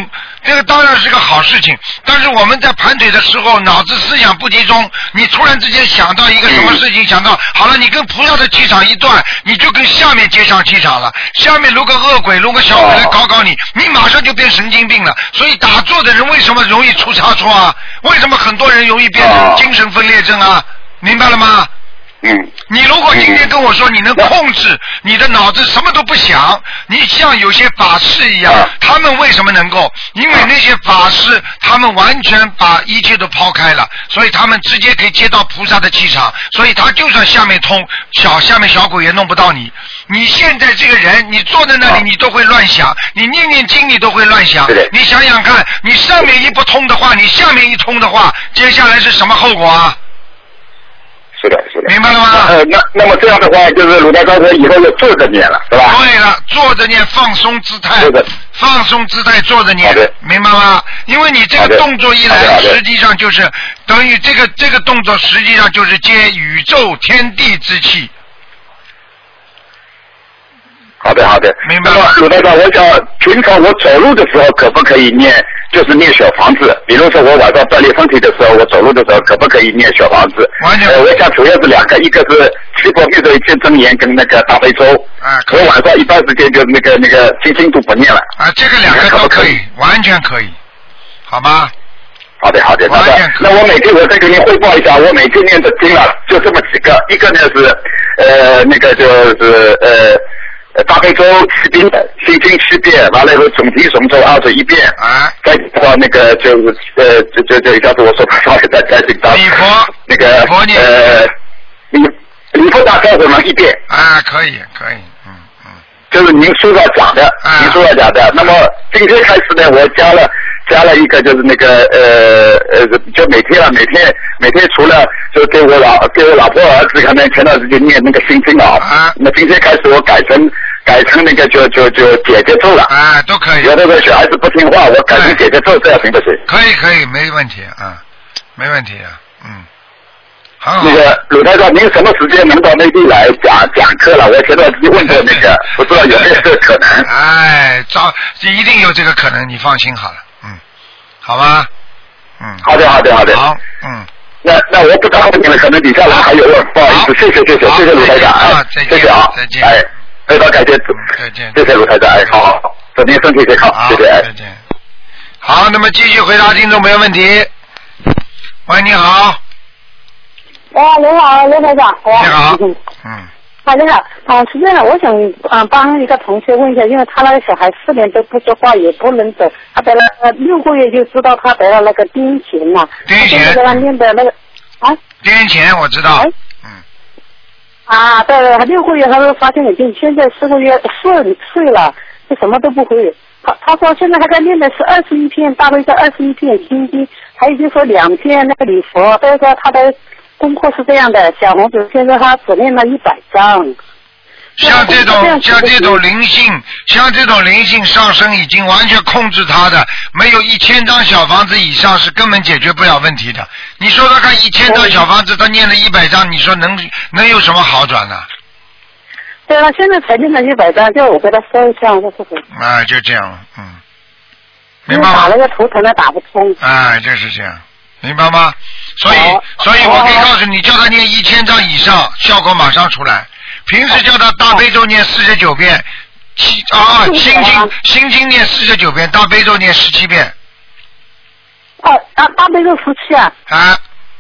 这个当然是个好事情。但是我们在盘腿的时候，脑子思想不集中，你突然之间想到一个什么事情，想到好了，你跟菩萨的气场一断，你就跟下面接上气场了。下面如果恶鬼、如果小鬼来搞你，你马上就变神经病了。所以打坐的人为什么容易出差错啊？为什么很多人容易变成精神分裂症啊？明白了吗？你如果今天跟我说你能控制你的脑子什么都不想，你像有些法师一样，他们为什么能够？因为那些法师他们完全把一切都抛开了，所以他们直接可以接到菩萨的气场，所以他就算下面通下面小鬼也弄不到你。你现在这个人，你坐在那里你都会乱想，你念念经你都会乱想，你想想看，你上面一不通的话，你下面一通的话，接下来是什么后果啊？ 是的，是的， 明白了吗？ 那么这样的话，就是鲁台高说以后就坐着念了，是吧？ 对了，坐着念，放松姿态，放松姿态坐着念，明白吗？因为你这个动作一来，实际上就是等于这个动作实际上就是接宇宙天地之气。 好的，好的， 明白了。 鲁台长，我想平常我走路的时候可不可以念，就是念小房子？比如说我晚上锻炼身体的时候，我走路的时候可不可以念小房子？ 完全。 我想主要是2个，一个是七佛灭罪见真言跟那个大悲咒。我晚上一般时间就那个心经都不念了。 这个2个都可以，完全可以，好吗？ 好的，好的，好的。那我每天我再给您汇报一下，我每天念的经啊，就这么几个，一个呢是那个就是大悲咒7遍，心经7遍，完了以后总提神咒21遍，再到那个就是就叫做我说稍微再这个礼佛那个礼佛大忏悔文1遍。 可以， 就是您书上讲的，那么今天开始呢，我加了一个就是那个就每天除了就给我老婆儿子可能前段时间念那个心经啊，那今天开始我改成那个就姐姐咒了都可以。 有的小孩子不听话，我改成姐姐咒，这样行不行？ 可以，没问题没问题好。 那个鲁台长，您什么时间能到内地来讲课了？我前段时间问过那个，不知道有没有这个可能？ 一定有这个可能，你放心好了。好吧， 好的。 好， 那我不耽误你了，可能底下人还有问，不好意思，谢谢鲁台长，谢谢啊， 再见， 非常感谢， 再见， 谢谢鲁台长，好，祝您身体健康，谢谢， 再见。好，那么继续回答听众朋友问题。喂，你好。 你好，刘台长。 你好。 你好，是这样的，我想帮一个同学问一下，因为他那个小孩4年都不说话，也不能走，他得了6个月就知道他得了那个癫痫了。 癫痫。 给他念的那个癫痫我知道。 对，6个月他说发现已经，现在4个月4岁了，就什么都不会。他说现在还在念的是21篇大悲咒，21篇心经，还有就说2篇那个礼佛，所以说他的功课是这样的，小红子现在他只念了100张。 像这种灵性上升已经完全控制他的，没有1000张小房子以上是根本解决不了问题的。你说他看1000张小房子，他念了100张，你说能有什么好转呢？ 对了，现在才念了100张，就我给他说一下，这是就这样了，明白吗？ 打了个头疼的打不通。 就是这样，明白吗？所以我可以告诉你，叫他念1000张以上，效果马上出来。平时叫他大悲咒念49遍，心经念49遍，大悲咒念17遍。 大悲咒17啊。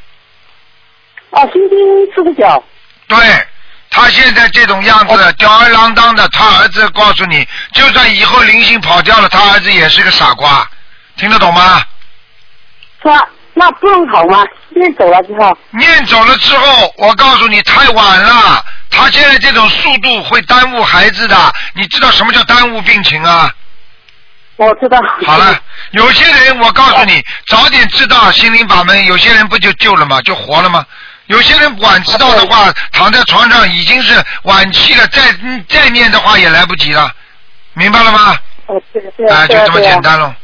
心经49。 对，他现在这种样子吊儿郎当的，他儿子告诉你，就算以后灵性跑掉了，他儿子也是个傻瓜，听得懂吗？ 是啊。那不能好吗？念走了之后，我告诉你太晚了。他现在这种速度会耽误孩子的，你知道什么叫耽误病情啊？我知道。 好了，有些人我告诉你，早点知道心灵法门，有些人不就救了吗？就活了吗？有些人晚知道的话，躺在床上已经是晚期了，再念的话也来不及了，明白了吗？就这么简单了，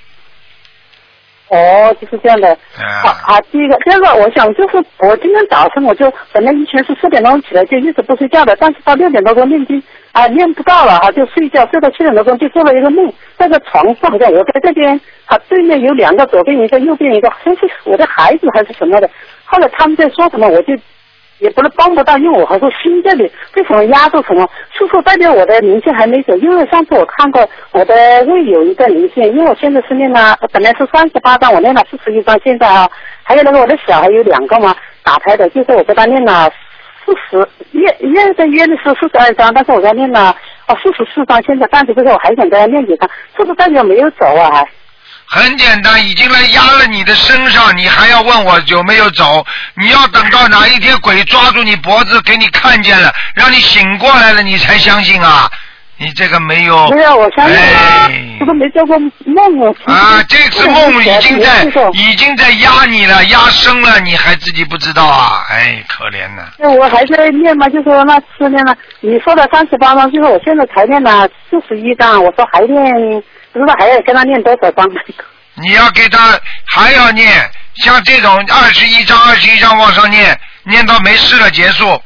就是这样的。第一个，我想就是我今天早晨我就本来以前是4点钟起来就一直不睡觉的，但是到6点多钟念经， 念不到了就睡觉，睡到7点多钟就做了一个梦，这个床上好像我在这边，对面有2个，左边一个，右边一个，好像是我的孩子还是什么的。后来他们在说什么，我就也不能帮不到，因为我还说心这里为什么压住什么，是不是代表我的灵性还没走？因为上次我看过我的胃有一个灵性，因为我现在是念了，本来是38张，我念了41张，现在还有那个我的小孩有2个嘛，打胎的，就是我给他念了约的是42张，但是我在念了44张，现在但是这个我还想给他念几张，是不是代表没有走啊？ 很简单，已经来压了你的身上，你还要问我有没有走？你要等到哪一天鬼抓住你脖子，给你看见了，让你醒过来了，你才相信啊！你这个没有， 我相信，这个没做过梦这次梦已经在压你了，压生了，你还自己不知道啊！可怜呐。 那我还在念嘛，就说那次念了，你说的38张，就是我现在才念了41张，我说还念，不知道还要跟他念多少张？ 你要给他还要念，像这种21张往上念，念到没事了结束。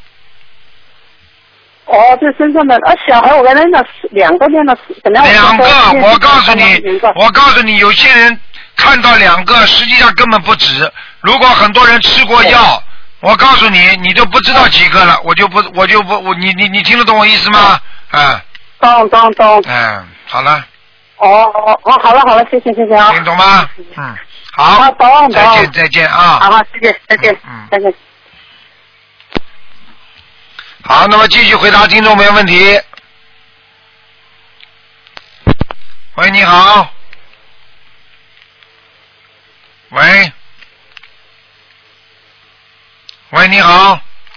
这身上的小孩我刚才那2个念了，本来 2个，我告诉你，有些人看到2个，实际上根本不止。如果很多人吃过药，我告诉你，你就不知道几个了，你听得懂我意思吗？ 懂。 好了。 好了，谢谢啊。 听懂吗？好。 懂。 再见啊。 好，谢谢，再见。再见。 好，那么继续回答听众朋友问题。喂，你好。喂，你好。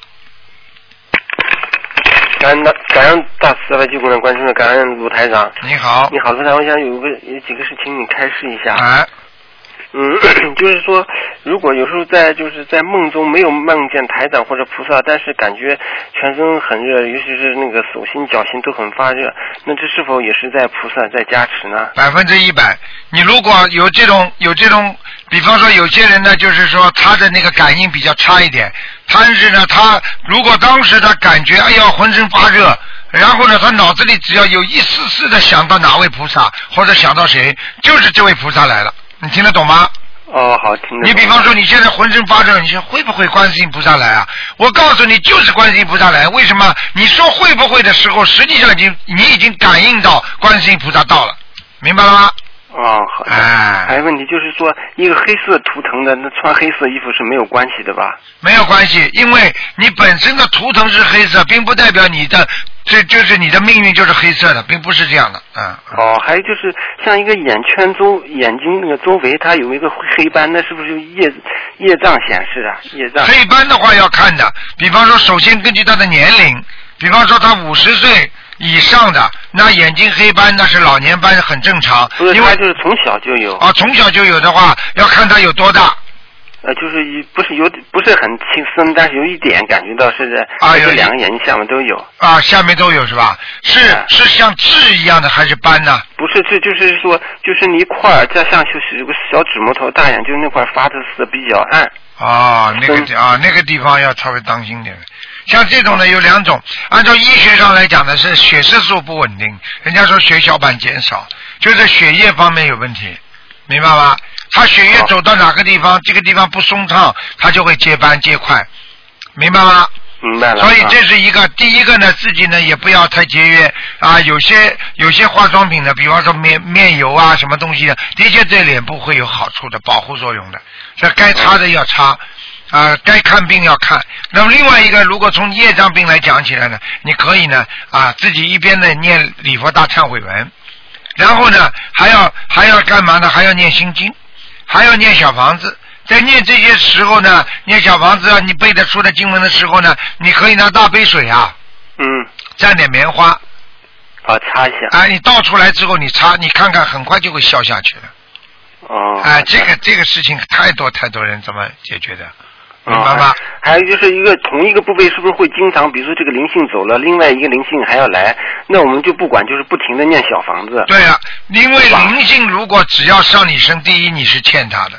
感恩大慈悲救苦难观世音，感恩卢台长。 你好。 你好，卢台长，我想有几个事情你开示一下。 就是说，如果有时候在梦中没有梦见台长或者菩萨，但是感觉全身很热，尤其是那个手心脚心都很发热，那这是否也是在菩萨在加持呢 ？100%。你如果有这种，比方说有些人呢，就是说他的那个感应比较差一点，但是呢，他如果当时他感觉浑身发热，然后呢，他脑子里只要有一丝丝的想到哪位菩萨或者想到谁，就是这位菩萨来了。你听得懂吗？ 好，听得懂。 你比方说你现在浑身发热，你说会不会观世音菩萨来啊？我告诉你，就是观世音菩萨来。为什么？你说会不会的时候，实际上你已经感应到观世音菩萨到了，明白了吗？ 好的。还有问题就是说，一个黑色图腾的，那穿黑色衣服是没有关系的吧？ 没有关系，因为你本身的图腾是黑色，并不代表你的这就是你的命运就是黑色的，并不是这样的。 还有就是像一个眼圈眼睛那个周围，它有一个黑斑，那是不是就业障显示啊？业障。 黑斑的话要看的，比方说，首先根据他的年龄，比方说他50岁以上的，那眼睛黑斑那是老年斑，很正常。 不是，他就是从小就有。 从小就有的话，要看他有多大。 就是不是很轻深，但是有一点感觉到是在这2个眼睛下面都有。 下面都有是吧？是像痣一样的还是斑呢？ 不是痣，就是说，就是你一块再像就是有个小指模头大眼，就是那块发的是比较暗。 那个地方要稍微当心点。像这种呢有2种，按照医学上来讲呢是血色素不稳定，人家说血小板减少，就是血液方面有问题，明白吗？他血液走到哪个地方，这个地方不松畅，他就会结斑结块，明白吗？ 明白了。 所以这是一个，第一个呢，自己呢也不要太节约有些化妆品呢，比方说面油什么东西的，的确对脸部会有好处的，保护作用的。这该擦的要擦该看病要看。那么另外一个，如果从业障病来讲起来呢，你可以呢自己一边呢念礼佛大忏悔文，然后呢还要干嘛呢？还要念心经。还要念小房子，在念这些时候呢，念小房子你背得出的经文的时候呢，你可以拿大杯水蘸点棉花擦一下你倒出来之后你擦，你看看很快就会消下去了。这个事情太多人怎么解决的，明白吗？ 还有就是同一个部位是不是会经常，比如说这个灵性走了，另外一个灵性还要来，那我们就不管，就是不停的念小房子。 对因为灵性如果只要上你身，第一你是欠他的，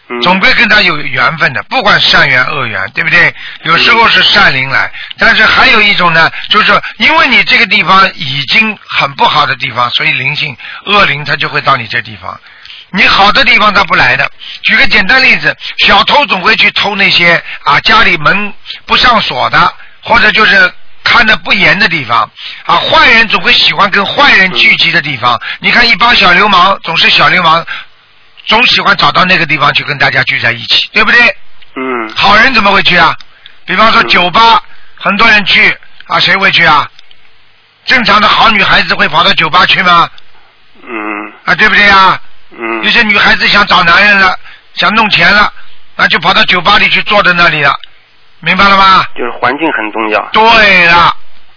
总归跟他有缘分的，不管善缘恶缘，对不对？有时候是善灵来，但是还有一种呢，就是因为你这个地方已经很不好的地方，所以灵性恶灵它就会到你这地方。你好的地方他不来的。举个简单例子，小偷总会去偷那些家里门不上锁的，或者就是看得不严的地方坏人总会喜欢跟坏人聚集的地方。你看一帮小流氓，总喜欢找到那个地方去跟大家聚在一起，对不对？好人怎么会去啊？比方说酒吧，很多人去谁会去啊？正常的好女孩子会跑到酒吧去吗？对不对啊？有些女孩子想找男人了，想弄钱了，那就跑到酒吧里去坐在那里了，明白了吗？ 就是环境很重要。 对了。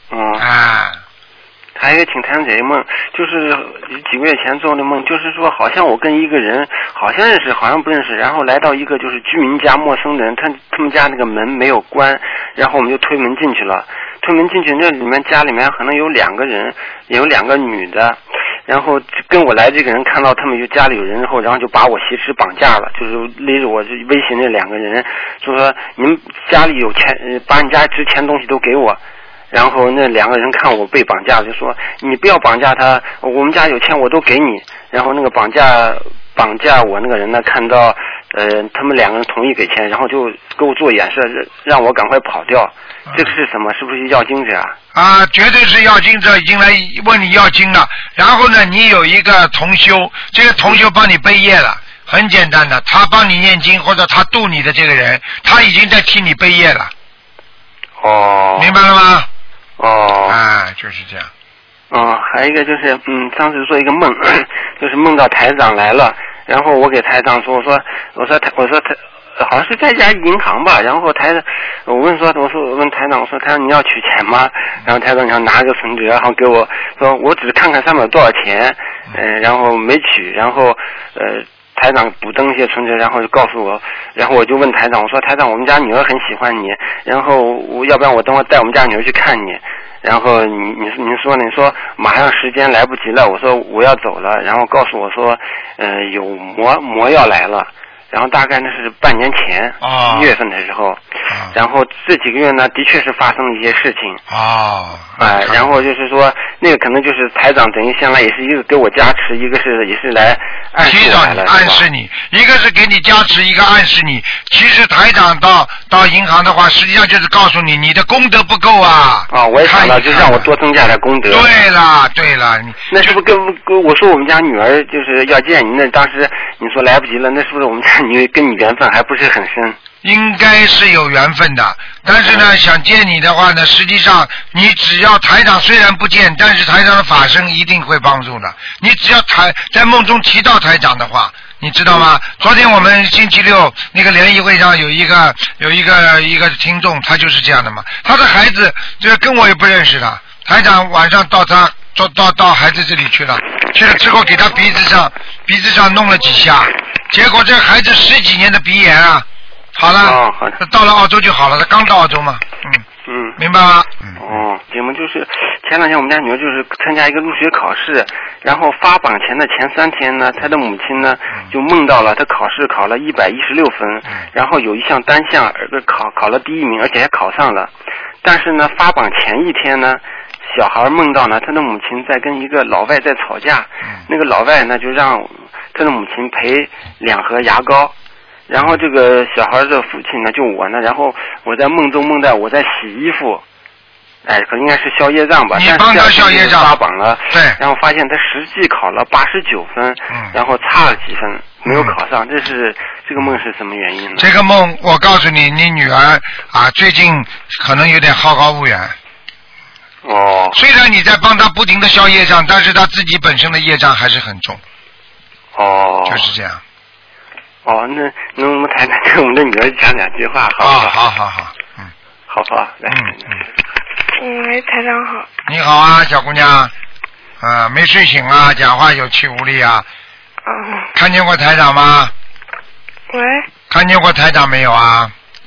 还有一个挺谈这个梦，就是几个月前做的梦，就是说好像我跟一个人好像认识，好像不认识，然后来到一个就是居民家，陌生人，他们家那个门没有关，然后我们就推门进去了。推门进去，那里面家里面可能有2个人，也有2个女的。然后跟我来这个人看到他们家里有人后，然后就把我挟持绑架了，就是勒着我，就威胁那2个人，就说你们家里有钱，把你家值钱东西都给我。然后那2个人看我被绑架，就说你不要绑架他，我们家有钱我都给你。然后那个绑架我那个人呢，看到他们2个人同意给钱，然后就给我做眼色，让我赶快跑掉。这个是什么？是不是要经者绝对是要经者，已经来问你要经了。然后呢，你有一个同修，这个同修帮你背业了，很简单的，他帮你念经或者他度你的这个人，他已经在替你背业了。明白了吗？就是这样。 还有一个就是，上次做一个梦，就是梦到台长来了，然后我给台长说，我说他好像是在一家银行吧，然后我问台长，我说台长你要取钱吗？然后台长想拿个存折，然后给我说我只看看上面有多少钱，然后没取，然后台长补登一些存折，然后就告诉我，然后我就问台长，我说台长我们家女儿很喜欢你，然后要不然我等会带我们家女儿去看你。然后你说马上时间来不及了，我说我要走了，然后告诉我说有魔要来了，然后大概那是半年前1月份的时候，然后这几个月呢的确是发生了一些事情然后就是说那个可能就是台长等于将来也是一个给我加持，一个是也是来暗示我来了， 暗示你，一个是给你加持，一个暗示你。其实台长到银行的话，实际上就是告诉你你的功德不够我也想到就让我多增加点功德。 对了， 那是不是跟我说我们家女儿就是要见你，那当时你说来不及了，那是不是我们家女儿跟你缘分还不是很深？ 应该是有缘分的，但是呢，想见你的话呢，实际上你只要台长虽然不见，但是台长的法身一定会帮助的。你只要在梦中提到台长的话，你知道吗？昨天我们星期六那个联谊会上有一个听众，他就是这样的嘛。他的孩子这跟我也不认识的，台长晚上到孩子这里去了之后给他鼻子上弄了几下，结果这孩子10几年的鼻炎好了，到了澳洲就好了，他刚到澳洲嘛，明白吗？ 我们就是前2天我们家女儿就是参加一个入学考试，然后发榜前的前3天呢，她的母亲呢就梦到了她考试考了116分，然后有一项单项考了第1名，而且还考上了。但是呢，发榜前1天呢，小孩梦到呢，他的母亲在跟一个老外在吵架，那个老外呢就让他的母亲赔2盒牙膏。然后这个小孩的父亲呢，就我呢，然后我在梦中梦到我在洗衣服，可应该是消业障吧。 你帮他消业障， 发榜了， 对。 然后发现他实际考了89分，然后差了几分没有考上，这个梦是什么原因呢？ 这个梦我告诉你，你女儿最近可能有点好高骛远。虽然你在帮他不停的消业障，但是他自己本身的业障还是很重。就是这样。 那能不能台长跟我们的女儿讲2句话？好。好，来。 喂，台长好。 你好啊，小姑娘。没睡醒啊，讲话有气无力啊。看见过台长吗？ 喂。 看见过台长没有啊？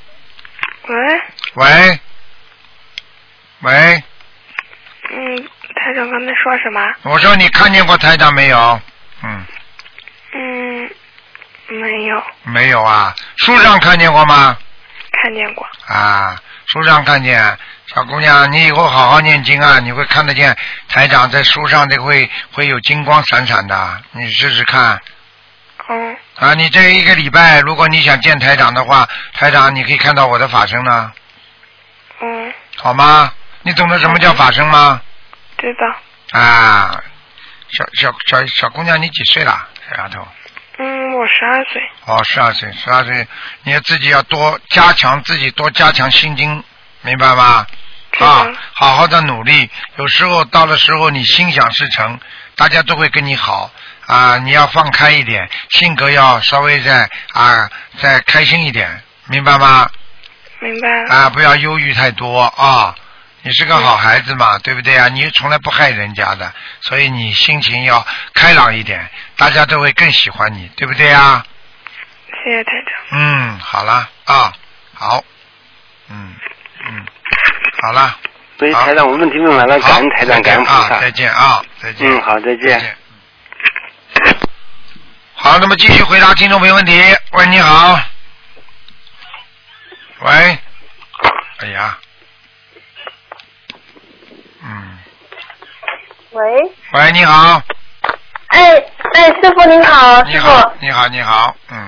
喂。 台长刚才说什么？ 我说你看见过台长没有？ 没有。 没有啊？书上看见过吗？ 看见过。 啊，书上看见。小姑娘，你以后好好念经啊，你会看得见台长在书上这会有金光闪闪的，你试试看。啊，你这一个礼拜，如果你想见台长的话，台长你可以看到我的法身呢。好吗？你懂得什么叫法身吗？ 知道。 啊，小姑娘，你几岁了，小丫头？ 我12岁。 哦，12岁，你自己要多加强自己，多加强心经，明白吗？啊，好好的努力。有时候到了时候，你心想事成，大家都会跟你好啊。你要放开一点，性格要稍微再开心一点，明白吗？ 明白了。 啊，不要忧郁太多啊。你是个好孩子嘛，对不对啊？你从来不害人家的，所以你心情要开朗一点，大家都会更喜欢你，对不对啊？ 谢谢台长。 好了啊，好，好了。 所以台长，我问题问完了，感恩台长，感恩菩萨。 再见啊，再见。 好，再见。 好，那么继续回答听众朋友问题。喂，你好。喂。哎呀。 喂， 你好。 哎，师傅您好， 你好，你好。